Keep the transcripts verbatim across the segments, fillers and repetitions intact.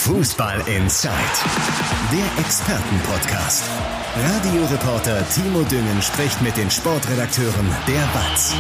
Fußball Inside, der Expertenpodcast. Radioreporter Timo Düngen spricht mit den Sportredakteuren der W A Z.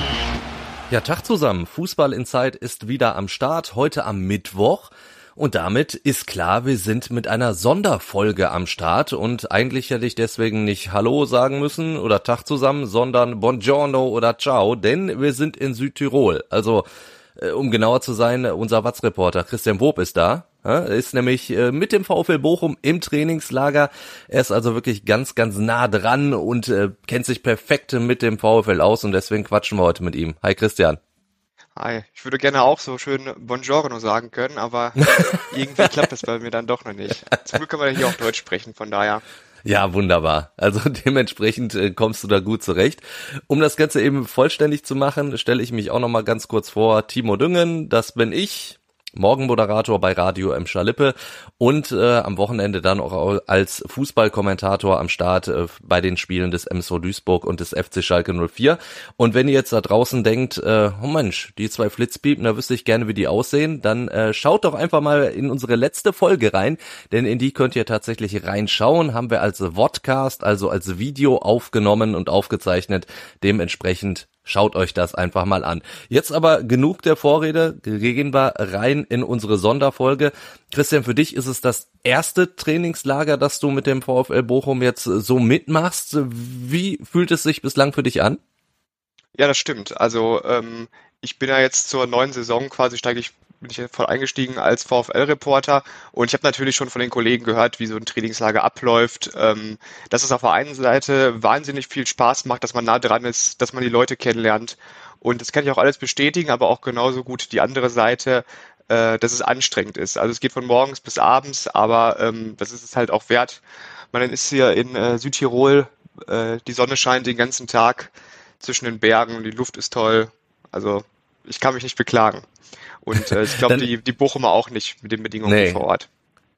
Ja, Tag zusammen. Fußball Inside ist wieder am Start, heute am Mittwoch. Und damit ist klar, wir sind mit einer Sonderfolge am Start und eigentlich hätte ich deswegen nicht Hallo sagen müssen oder Tag zusammen, sondern Buongiorno oder Ciao, denn wir sind in Südtirol. Also, äh, um genauer zu sein, unser W A Z-Reporter Christian Wob ist da. Er ist nämlich äh, mit dem VfL Bochum im Trainingslager. Er ist also wirklich ganz, ganz nah dran und äh, kennt sich perfekt mit dem VfL aus und deswegen quatschen wir heute mit ihm. Hi Christian. Hi, ich würde gerne auch so schön Buongiorno sagen können, aber irgendwie klappt das bei mir dann doch noch nicht. Zum Glück kann man ja hier auch Deutsch sprechen, von daher. Ja, wunderbar. Also dementsprechend äh, kommst du da gut zurecht. Um das Ganze eben vollständig zu machen, stelle ich mich auch noch mal ganz kurz vor. Timo Düngen, das bin ich. Morgenmoderator bei Radio Emscher Lippe und äh, am Wochenende dann auch als Fußballkommentator am Start äh, bei den Spielen des M S V Duisburg und des F C Schalke null vier. Und wenn ihr jetzt da draußen denkt, äh, oh Mensch, die zwei Flitzpiepen, da wüsste ich gerne, wie die aussehen, dann äh, schaut doch einfach mal in unsere letzte Folge rein, denn in die könnt ihr tatsächlich reinschauen. Haben wir als Vodcast, also als Video aufgenommen und aufgezeichnet. Dementsprechend schaut euch das einfach mal an. Jetzt aber genug der Vorrede, gehen wir rein in unsere Sonderfolge. Christian, für dich ist es das erste Trainingslager, das du mit dem VfL Bochum jetzt so mitmachst. Wie fühlt es sich bislang für dich an? Ja, das stimmt. Also ähm, ich bin ja jetzt zur neuen Saison quasi, steige ich bin ich voll eingestiegen als VfL-Reporter und ich habe natürlich schon von den Kollegen gehört, wie so ein Trainingslager abläuft, ähm, dass es auf der einen Seite wahnsinnig viel Spaß macht, dass man nah dran ist, dass man die Leute kennenlernt und das kann ich auch alles bestätigen, aber auch genauso gut die andere Seite, äh, dass es anstrengend ist. Also es geht von morgens bis abends, aber ähm, das ist es halt auch wert. Man ist hier in äh, Südtirol, äh, die Sonne scheint den ganzen Tag zwischen den Bergen, die Luft ist toll, also ich kann mich nicht beklagen. Und äh, ich glaube, die, die Bochumer auch nicht mit den Bedingungen nee. vor Ort.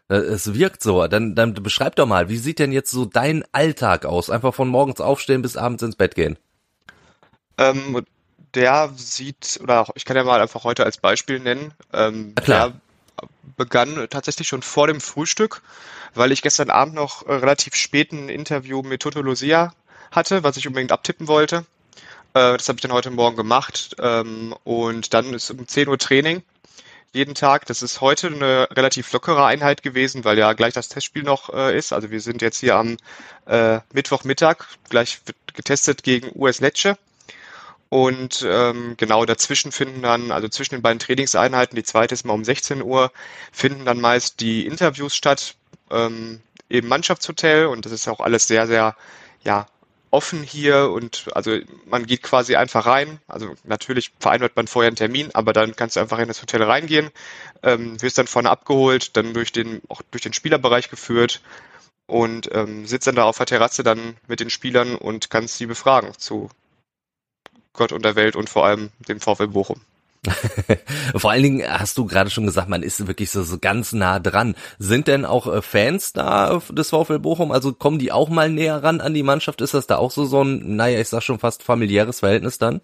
Es wirkt so. Dann, dann beschreib doch mal, wie sieht denn jetzt so dein Alltag aus? Einfach von morgens aufstehen bis abends ins Bett gehen. Ähm, der sieht, oder ich kann ja mal einfach heute als Beispiel nennen, ähm, klar. der begann tatsächlich schon vor dem Frühstück, weil ich gestern Abend noch äh, relativ spät ein Interview mit Toto Lucia hatte, was ich unbedingt abtippen wollte. Das habe ich dann heute Morgen gemacht und dann ist um zehn Uhr Training jeden Tag. Das ist heute eine relativ lockere Einheit gewesen, weil ja gleich das Testspiel noch ist. Also wir sind jetzt hier am Mittwochmittag, gleich wird getestet gegen U S Lecce und genau dazwischen finden dann, also zwischen den beiden Trainingseinheiten, die zweite ist mal um sechzehn Uhr, finden dann meist die Interviews statt im Mannschaftshotel und das ist auch alles sehr, sehr, ja, offen hier und also man geht quasi einfach rein, also natürlich vereinbart man vorher einen Termin, aber dann kannst du einfach in das Hotel reingehen, ähm, wirst dann vorne abgeholt, dann durch den auch durch den Spielerbereich geführt und ähm, sitzt dann da auf der Terrasse dann mit den Spielern und kannst sie befragen zu Gott und der Welt und vor allem dem VfL Bochum. Vor allen Dingen hast du gerade schon gesagt, man ist wirklich so, so ganz nah dran. Sind denn auch äh, Fans da des VfL Bochum? Also kommen die auch mal näher ran an die Mannschaft? Ist das da auch so so ein, naja, ich sag schon fast familiäres Verhältnis dann?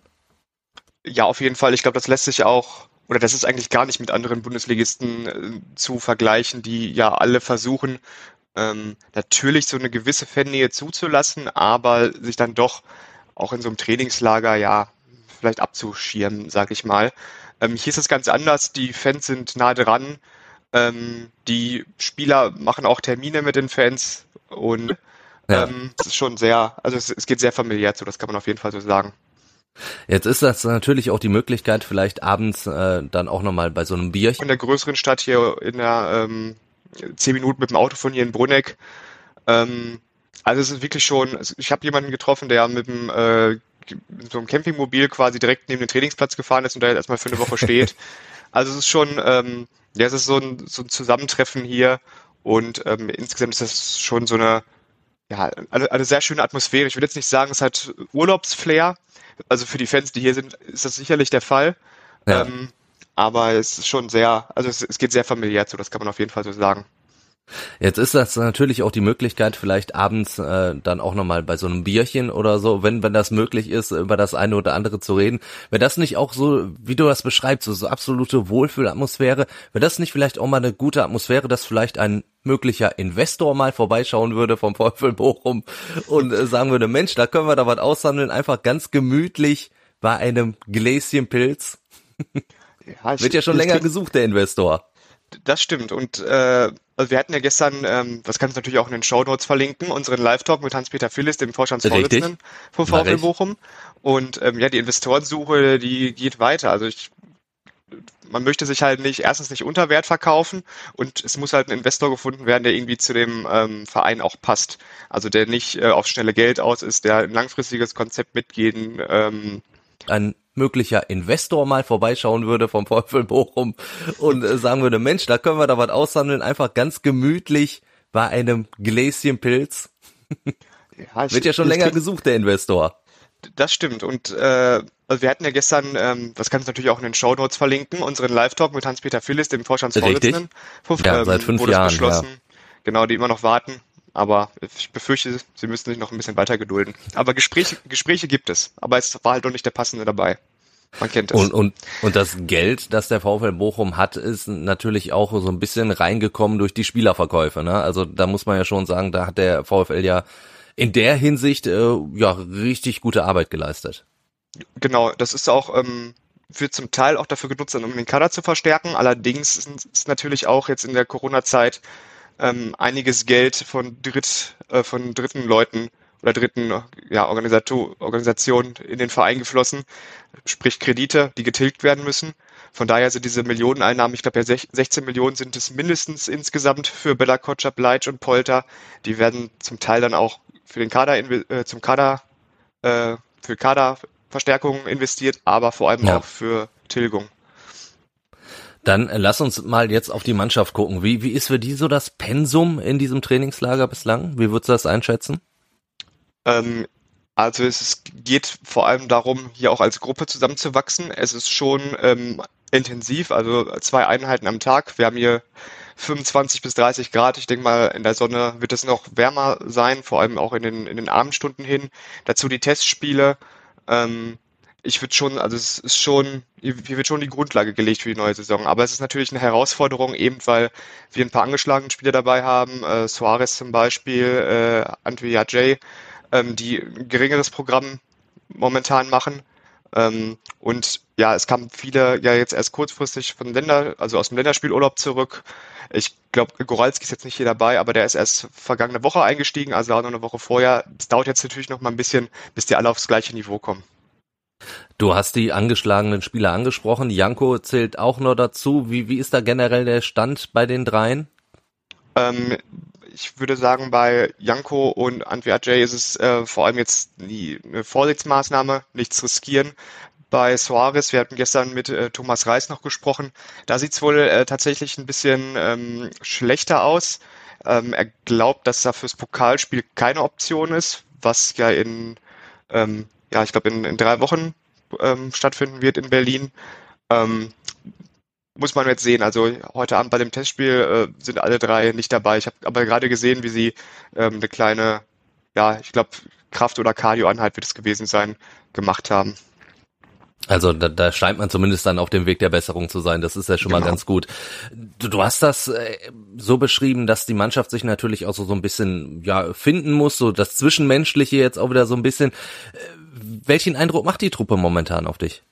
Ja, auf jeden Fall. Ich glaube, das lässt sich auch, oder das ist eigentlich gar nicht mit anderen Bundesligisten äh, zu vergleichen, die ja alle versuchen, ähm, natürlich so eine gewisse Fannähe zuzulassen, aber sich dann doch auch in so einem Trainingslager, ja, vielleicht abzuschirmen, sag ich mal. Ähm, hier ist es ganz anders, die Fans sind nah dran, ähm, die Spieler machen auch Termine mit den Fans und ja. ähm, es ist schon sehr, also es, es geht sehr familiär zu, das kann man auf jeden Fall so sagen. Jetzt ist das natürlich auch die Möglichkeit, vielleicht abends äh, dann auch nochmal bei so einem Bierchen. In der größeren Stadt hier in der ähm, zehn Minuten mit dem Auto von hier in Brunegg. Ähm, also es ist wirklich schon, ich habe jemanden getroffen, der mit dem äh, mit so einem Campingmobil quasi direkt neben den Trainingsplatz gefahren ist und da jetzt erstmal für eine Woche steht. Also es ist schon, ähm, ja, es ist so ein, so ein Zusammentreffen hier und ähm, insgesamt ist das schon so eine, ja, eine, eine sehr schöne Atmosphäre. Ich würde jetzt nicht sagen, es hat Urlaubsflair. Also für die Fans, die hier sind, ist das sicherlich der Fall. Ja. Ähm, aber es ist schon sehr, also es, es geht sehr familiär zu, das kann man auf jeden Fall so sagen. Jetzt ist das natürlich auch die Möglichkeit, vielleicht abends äh, dann auch nochmal bei so einem Bierchen oder so, wenn wenn das möglich ist, über das eine oder andere zu reden. Wäre das nicht auch so, wie du das beschreibst, so, so absolute Wohlfühlatmosphäre, wäre das nicht vielleicht auch mal eine gute Atmosphäre, dass vielleicht ein möglicher Investor mal vorbeischauen würde vom VfL Bochum und äh, sagen würde, Mensch, da können wir da was aushandeln, einfach ganz gemütlich bei einem Gläschen Pilz. Ja, ich, Wird ja schon das länger klingt- gesucht, der Investor. Das stimmt. Und äh, also wir hatten ja gestern, ähm, das kannst du natürlich auch in den Shownotes verlinken, unseren Live-Talk mit Hans-Peter Phillis, dem Vorstandsvorsitzenden vom Mach VfL ich. Bochum. Und ähm, ja, die Investorensuche, die geht weiter. Also ich, man möchte sich halt nicht, erstens nicht unter Wert verkaufen und es muss halt ein Investor gefunden werden, der irgendwie zu dem ähm, Verein auch passt. Also der nicht äh, aufs schnelle Geld aus ist, der ein langfristiges Konzept mitgehen ähm, ein möglicher Investor mal vorbeischauen würde vom VfL Bochum und äh, sagen würde, Mensch, da können wir da was aushandeln, einfach ganz gemütlich bei einem Gläschen Pilz. ja, ich, Wird ja schon das länger klingt- gesucht, der Investor. Das stimmt. Und äh, also wir hatten ja gestern, ähm, das kannst du natürlich auch in den Shownotes verlinken, unseren Live-Talk mit Hans-Peter Phillis, dem Vorstandsvorsitzenden. Vom, Ja, seit fünf wurde es Jahren, beschlossen, genau, die immer noch warten. Aber ich befürchte, sie müssen sich noch ein bisschen weiter gedulden. Aber Gespräche, Gespräche gibt es. Aber es war halt noch nicht der passende dabei. Man kennt es. Und, und, und das Geld, das der VfL Bochum hat, ist natürlich auch so ein bisschen reingekommen durch die Spielerverkäufe, ne? Also da muss man ja schon sagen, da hat der VfL ja in der Hinsicht äh, ja richtig gute Arbeit geleistet. Genau, das ist auch, ähm, wird zum Teil auch dafür genutzt, um den Kader zu verstärken. Allerdings ist, ist natürlich auch jetzt in der Corona-Zeit ähm, einiges Geld von Dritt, äh, von dritten Leuten oder dritten ja, Organisato- Organisationen in den Verein geflossen, sprich Kredite, die getilgt werden müssen. Von daher sind diese Millioneneinnahmen, ich glaube ja sech- sechzehn Millionen sind es mindestens insgesamt für Bella Kotschap, Bleitsch und Polter. Die werden zum Teil dann auch für den Kader inve- äh, zum Kader äh, für Kaderverstärkungen investiert, aber vor allem Ja. auch für Tilgung. Dann äh, lass uns mal jetzt auf die Mannschaft gucken. Wie, wie ist für die so das Pensum in diesem Trainingslager bislang? Wie würdest du das einschätzen? Ähm, also es ist, geht vor allem darum, hier auch als Gruppe zusammenzuwachsen. Es ist schon ähm, intensiv, also zwei Einheiten am Tag. Wir haben hier fünfundzwanzig bis dreißig Grad. Ich denke mal, in der Sonne wird es noch wärmer sein, vor allem auch in den, in den Abendstunden hin. Dazu die Testspiele. Ähm, ich würde schon, also es ist schon, hier wird schon die Grundlage gelegt für die neue Saison. Aber es ist natürlich eine Herausforderung, eben weil wir ein paar angeschlagene Spieler dabei haben, äh, Suarez zum Beispiel, äh, Antwi Ajay, ähm, die ein geringeres Programm momentan machen. Ähm, und ja, es kamen viele ja jetzt erst kurzfristig von Länder, also aus dem Länderspielurlaub zurück. Ich glaube, Goralski ist jetzt nicht hier dabei, aber der ist erst vergangene Woche eingestiegen, also auch noch eine Woche vorher. Es dauert jetzt natürlich noch mal ein bisschen, bis die alle aufs gleiche Niveau kommen. Du hast die angeschlagenen Spieler angesprochen. Janko zählt auch noch dazu. Wie, wie ist da generell der Stand bei den dreien? Ähm, ich würde sagen, bei Janko und Antwi Ajay ist es äh, vor allem jetzt die, eine Vorsichtsmaßnahme, nichts riskieren. Bei Suarez, wir hatten gestern mit äh, Thomas Reis noch gesprochen, da sieht es wohl äh, tatsächlich ein bisschen ähm, schlechter aus. Ähm, er glaubt, dass da fürs Pokalspiel keine Option ist, was ja in, ähm, ja, ich glaube in, in drei Wochen ähm, stattfinden wird in Berlin. Ähm, muss man jetzt sehen. Also heute Abend bei dem Testspiel äh, sind alle drei nicht dabei. Ich habe aber gerade gesehen, wie sie ähm, eine kleine, ja, ich glaube Kraft- oder Cardio-Einheit wird es gewesen sein, gemacht haben. Also da, da scheint man zumindest dann auf dem Weg der Besserung zu sein. Das ist ja schon Genau. mal ganz gut. Du, du hast das äh, so beschrieben, dass die Mannschaft sich natürlich auch so, so ein bisschen ja finden muss, so das Zwischenmenschliche jetzt auch wieder so ein bisschen. Äh, welchen Eindruck macht die Truppe momentan auf dich?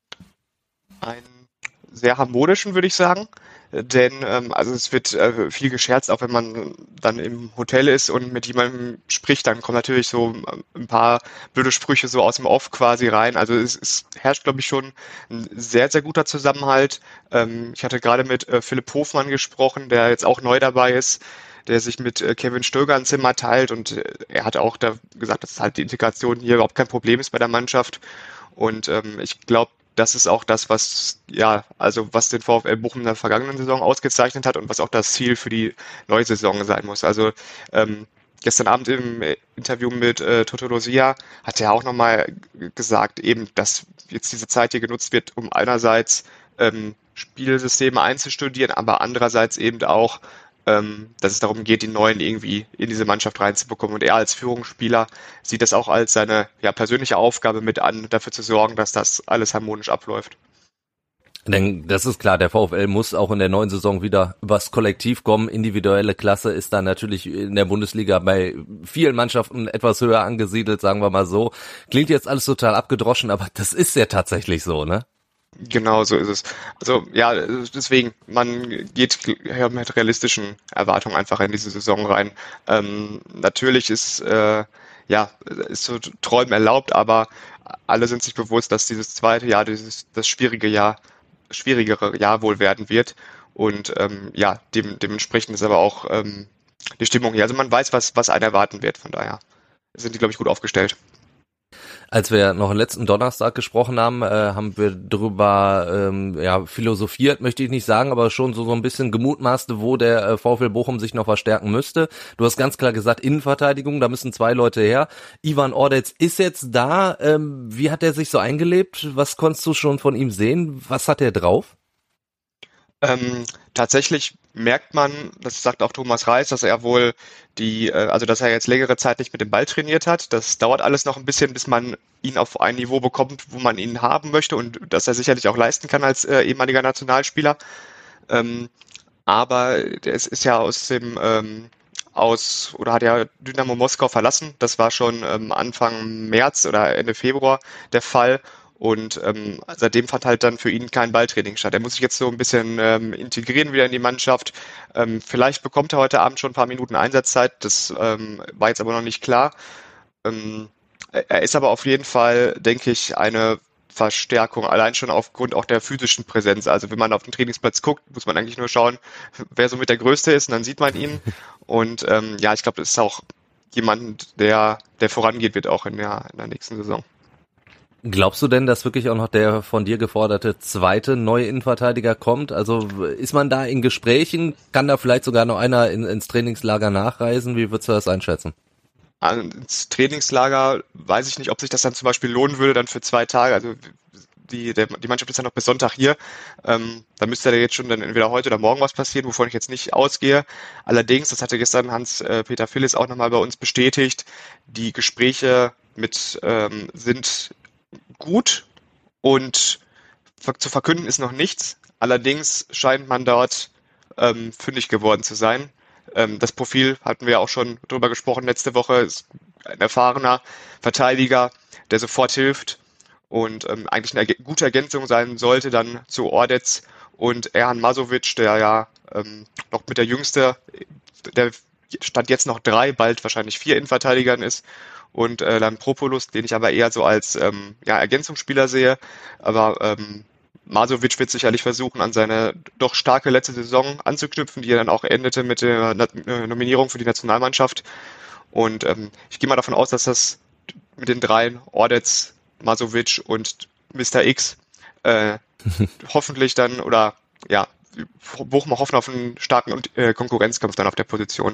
Einen sehr harmonischen, würde ich sagen. Denn ähm, also es wird äh, viel gescherzt, auch wenn man dann im Hotel ist und mit jemandem spricht, dann kommen natürlich so ein paar blöde Sprüche so aus dem Off quasi rein. Also es, es herrscht, glaube ich, schon ein sehr, sehr guter Zusammenhalt. Ähm, ich hatte gerade mit äh, Philipp Hofmann gesprochen, der jetzt auch neu dabei ist, der sich mit äh, Kevin Stöger ein Zimmer teilt und äh, er hat auch da gesagt, dass halt die Integration hier überhaupt kein Problem ist bei der Mannschaft. Und ähm, ich glaube, das ist auch das, was ja, also was den VfL Bochum in der vergangenen Saison ausgezeichnet hat und was auch das Ziel für die neue Saison sein muss. Also ähm, gestern Abend im Interview mit äh, Toto Lucia hat er auch nochmal gesagt, eben, dass jetzt diese Zeit hier genutzt wird, um einerseits ähm, Spielsysteme einzustudieren, aber andererseits eben auch ähm, dass es darum geht, die Neuen irgendwie in diese Mannschaft reinzubekommen. Und er als Führungsspieler sieht das auch als seine ja, persönliche Aufgabe mit an, dafür zu sorgen, dass das alles harmonisch abläuft. Denn das ist klar, der VfL muss auch in der neuen Saison wieder übers Kollektiv kommen. Individuelle Klasse ist da natürlich in der Bundesliga bei vielen Mannschaften etwas höher angesiedelt, sagen wir mal so. Klingt jetzt alles total abgedroschen, aber das ist ja tatsächlich so, ne? Genau, so ist es. Also ja, deswegen, man geht mit realistischen Erwartungen einfach in diese Saison rein. Ähm, natürlich ist äh, ja ist so Träumen erlaubt, aber alle sind sich bewusst, dass dieses zweite Jahr, dieses das schwierige Jahr, schwierigere Jahr wohl werden wird. Und ähm, ja, dem, dementsprechend ist aber auch ähm, die Stimmung hier. Also man weiß, was was einen erwarten wird. Von daher sind die, glaube ich, gut aufgestellt. Als wir noch letzten Donnerstag gesprochen haben, äh, haben wir drüber ähm, ja, philosophiert, möchte ich nicht sagen, aber schon so, so ein bisschen gemutmaßt, wo der äh, VfL Bochum sich noch verstärken müsste. Du hast ganz klar gesagt, Innenverteidigung, da müssen zwei Leute her. Ivan Ordetz ist jetzt da. Ähm, wie hat er sich so eingelebt? Was konntest du schon von ihm sehen? Was hat er drauf? Ähm, tatsächlich merkt man, das sagt auch Thomas Reis, dass er wohl die, äh, also dass er jetzt längere Zeit nicht mit dem Ball trainiert hat. Das dauert alles noch ein bisschen, bis man ihn auf ein Niveau bekommt, wo man ihn haben möchte und dass er sicherlich auch leisten kann als äh, ehemaliger Nationalspieler. Ähm, aber der ist, ist ja aus dem ähm, aus oder hat ja Dynamo Moskau verlassen. Das war schon ähm, Anfang März oder Ende Februar der Fall. Und ähm, seitdem fand halt dann für ihn kein Balltraining statt. Er muss sich jetzt so ein bisschen ähm, integrieren wieder in die Mannschaft. Ähm, vielleicht bekommt er heute Abend schon ein paar Minuten Einsatzzeit. Das ähm, war jetzt aber noch nicht klar. Ähm, er ist aber auf jeden Fall, denke ich, eine Verstärkung, allein schon aufgrund auch der physischen Präsenz. Also wenn man auf den Trainingsplatz guckt, muss man eigentlich nur schauen, wer so mit der Größte ist und dann sieht man ihn. Und ähm, ja, ich glaube, das ist auch jemand, der, der vorangeht wird auch in der, in der nächsten Saison. Glaubst du denn, dass wirklich auch noch der von dir geforderte zweite neue Innenverteidiger kommt? Also ist man da in Gesprächen? Kann da vielleicht sogar noch einer in, ins Trainingslager nachreisen? Wie würdest du das einschätzen? Also ins Trainingslager weiß ich nicht, ob sich das dann zum Beispiel lohnen würde, dann für zwei Tage. Also die, der, die Mannschaft ist ja noch bis Sonntag hier. Ähm, da müsste ja jetzt schon dann entweder heute oder morgen was passieren, wovon ich jetzt nicht ausgehe. Allerdings, das hatte gestern Hans-Peter Phillis auch nochmal bei uns bestätigt, die Gespräche mit ähm, sind gut und zu verkünden ist noch nichts. Allerdings scheint man dort ähm, fündig geworden zu sein. Ähm, das Profil hatten wir auch schon drüber gesprochen letzte Woche. Ist ein erfahrener Verteidiger, der sofort hilft und ähm, eigentlich eine gute Ergänzung sein sollte dann zu Ordetz und Erhan Masovic, der ja ähm, noch mit der Jüngste, der Stand jetzt noch drei, bald wahrscheinlich vier Innenverteidigern ist. Und äh, Lampropoulos, den ich aber eher so als ähm, ja, Ergänzungsspieler sehe. Aber ähm, Masovic wird sicherlich versuchen, an seine doch starke letzte Saison anzuknüpfen, die er dann auch endete mit der Na- Nominierung für die Nationalmannschaft. Und ähm, ich gehe mal davon aus, dass das mit den dreien, Ordetz, Masovic und Mister X, äh, hoffentlich dann, oder ja, Bochum hoffen auf einen starken äh, Konkurrenzkampf dann auf der Position.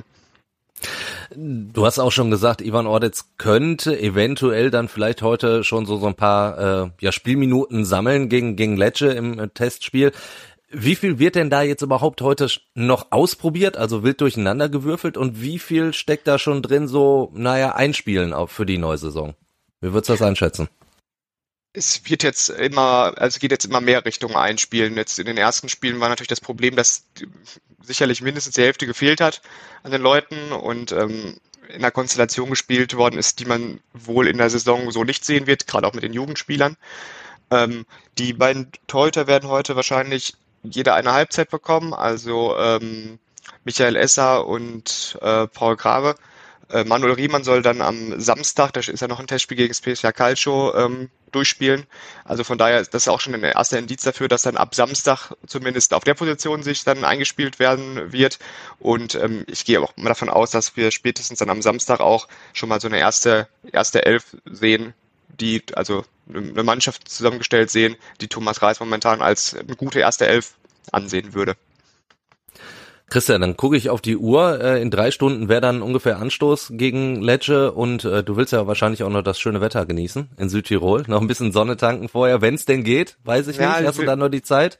Du hast auch schon gesagt, Ivan Ordetz könnte eventuell dann vielleicht heute schon so so ein paar äh, ja Spielminuten sammeln gegen gegen Lecce im äh, Testspiel. Wie viel wird denn da jetzt überhaupt heute noch ausprobiert, also wild durcheinander gewürfelt und wie viel steckt da schon drin so, naja, Einspielen auch für die neue Saison? Wie würdest du das einschätzen? Es wird jetzt immer, also geht jetzt immer mehr Richtung Einspielen. Jetzt in den ersten Spielen war natürlich das Problem, dass sicherlich mindestens die Hälfte gefehlt hat an den Leuten und ähm, in einer Konstellation gespielt worden ist, die man wohl in der Saison so nicht sehen wird, gerade auch mit den Jugendspielern. Ähm, die beiden Torhüter werden heute wahrscheinlich jeder eine Halbzeit bekommen, also ähm, Michael Esser und äh, Paul Grave. Äh, Manuel Riemann soll dann am Samstag, da ist ja noch ein Testspiel gegen das P S V Calcio, ähm, durchspielen. Also von daher ist das auch schon ein erster Indiz dafür, dass dann ab Samstag zumindest auf der Position sich dann eingespielt werden wird. Und ähm, ich gehe auch mal davon aus, dass wir spätestens dann am Samstag auch schon mal so eine erste erste Elf sehen, die also eine Mannschaft zusammengestellt sehen, die Thomas Reis momentan als eine gute erste Elf ansehen würde. Christian, dann gucke ich auf die Uhr. Äh, in drei Stunden wäre dann ungefähr Anstoß gegen Lecce und äh, du willst ja wahrscheinlich auch noch das schöne Wetter genießen in Südtirol. Noch ein bisschen Sonne tanken vorher, wenn es denn geht. Weiß ich ja, nicht. Hast du da noch die Zeit?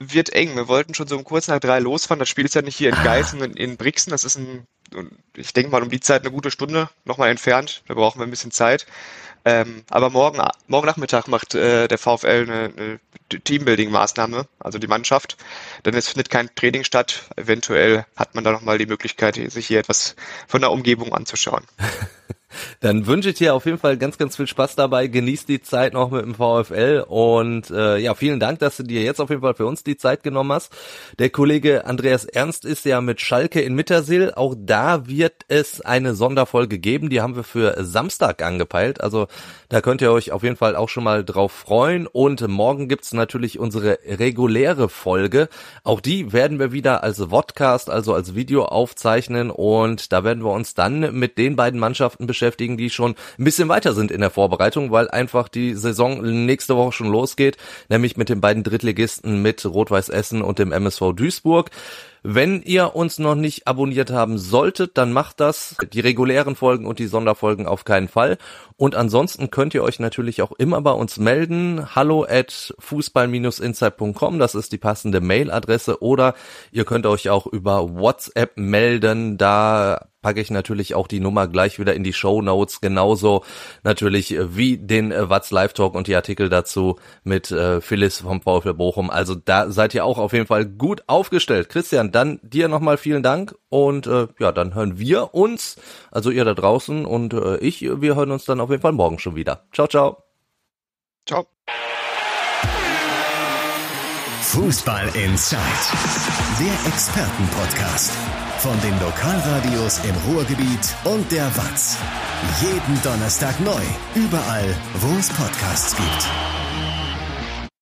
wird eng. Wir wollten schon so um kurz nach drei losfahren. Das Spiel ist ja nicht hier in Geißen und in Brixen. Das ist ein, ich denke mal, um die Zeit eine gute Stunde nochmal entfernt. Da brauchen wir ein bisschen Zeit. Ähm, aber morgen, morgen Nachmittag macht äh, der VfL eine, eine Teambuilding-Maßnahme, also die Mannschaft. Denn es findet kein Training statt. Eventuell hat man da nochmal die Möglichkeit, sich hier etwas von der Umgebung anzuschauen. Dann wünsche ich dir auf jeden Fall ganz, ganz viel Spaß dabei. Genieß die Zeit noch mit dem VfL und äh, ja, vielen Dank, dass du dir jetzt auf jeden Fall für uns die Zeit genommen hast. Der Kollege Andreas Ernst ist ja mit Schalke in Mittersill. Auch da wird es eine Sonderfolge geben. Die haben wir für Samstag angepeilt. Also da könnt ihr euch auf jeden Fall auch schon mal drauf freuen. Und morgen gibt's natürlich unsere reguläre Folge. Auch die werden wir wieder als Vodcast, also als Video aufzeichnen. Und da werden wir uns dann mit den beiden Mannschaften beschäftigen, beschäftigen, die schon ein bisschen weiter sind in der Vorbereitung, weil einfach die Saison nächste Woche schon losgeht, nämlich mit den beiden Drittligisten, mit Rot-Weiß Essen und dem M S V Duisburg. Wenn ihr uns noch nicht abonniert haben solltet, dann macht das. Die regulären Folgen und die Sonderfolgen auf keinen Fall. Und ansonsten könnt ihr euch natürlich auch immer bei uns melden. hallo at fußball Bindestrich insight punkt com, das ist die passende Mailadresse. Oder ihr könnt euch auch über WhatsApp melden. Da packe ich natürlich auch die Nummer gleich wieder in die Shownotes, genauso natürlich wie den äh, Watz Live Talk und die Artikel dazu mit äh, Phyllis vom VfL Bochum. Also da seid ihr auch auf jeden Fall gut aufgestellt. Christian, dann dir nochmal vielen Dank und äh, ja, dann hören wir uns, also ihr da draußen und äh, ich, wir hören uns dann auf jeden Fall morgen schon wieder. Ciao, ciao. Ciao. Fußball Inside, der Expertenpodcast von den Lokalradios im Ruhrgebiet und der Watz. Jeden Donnerstag neu, überall, wo es Podcasts gibt.